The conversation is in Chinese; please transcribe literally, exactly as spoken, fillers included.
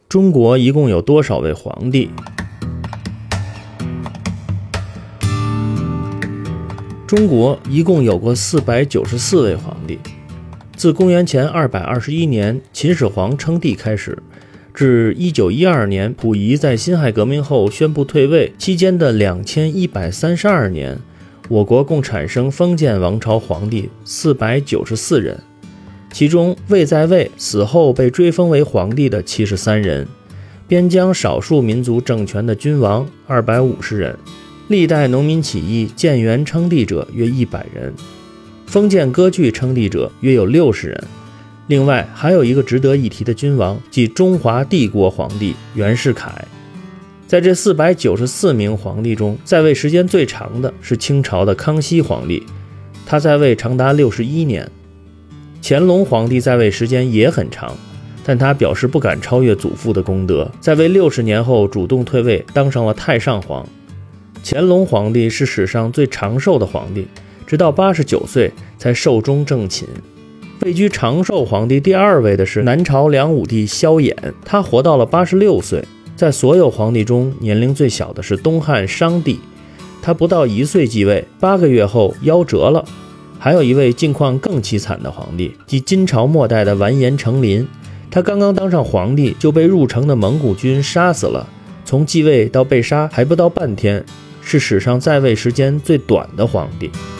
中国一共有多少位皇帝？中国一共有过四百九十四位皇帝，自公元前二百二十一年秦始皇称帝开始，至一九一二年溥仪在辛亥革命后宣布退位期间的两千一百三十二年，我国共产生封建王朝皇帝四百九十四人，其中未在位死后被追封为皇帝的七十三人，边疆少数民族政权的君王二百五十人，历代农民起义建元称帝者约一百人，封建割据称帝者约有六十人。另外还有一个值得一提的君王，即中华帝国皇帝袁世凯。在这四百九十四名皇帝中，在位时间最长的是清朝的康熙皇帝，他在位长达六十一年。乾隆皇帝在位时间也很长，但他表示不敢超越祖父的功德，在位六十年后主动退位，当上了太上皇。乾隆皇帝是史上最长寿的皇帝，直到八十九岁才寿终正寝。位居长寿皇帝第二位的是南朝梁武帝萧衍，他活到了八十六岁。在所有皇帝中，年龄最小的是东汉商帝，他不到一岁继位，八个月后夭折了。还有一位境况更凄惨的皇帝，即金朝末代的完颜成林，他刚刚当上皇帝就被入城的蒙古军杀死了，从继位到被杀还不到半天，是史上在位时间最短的皇帝。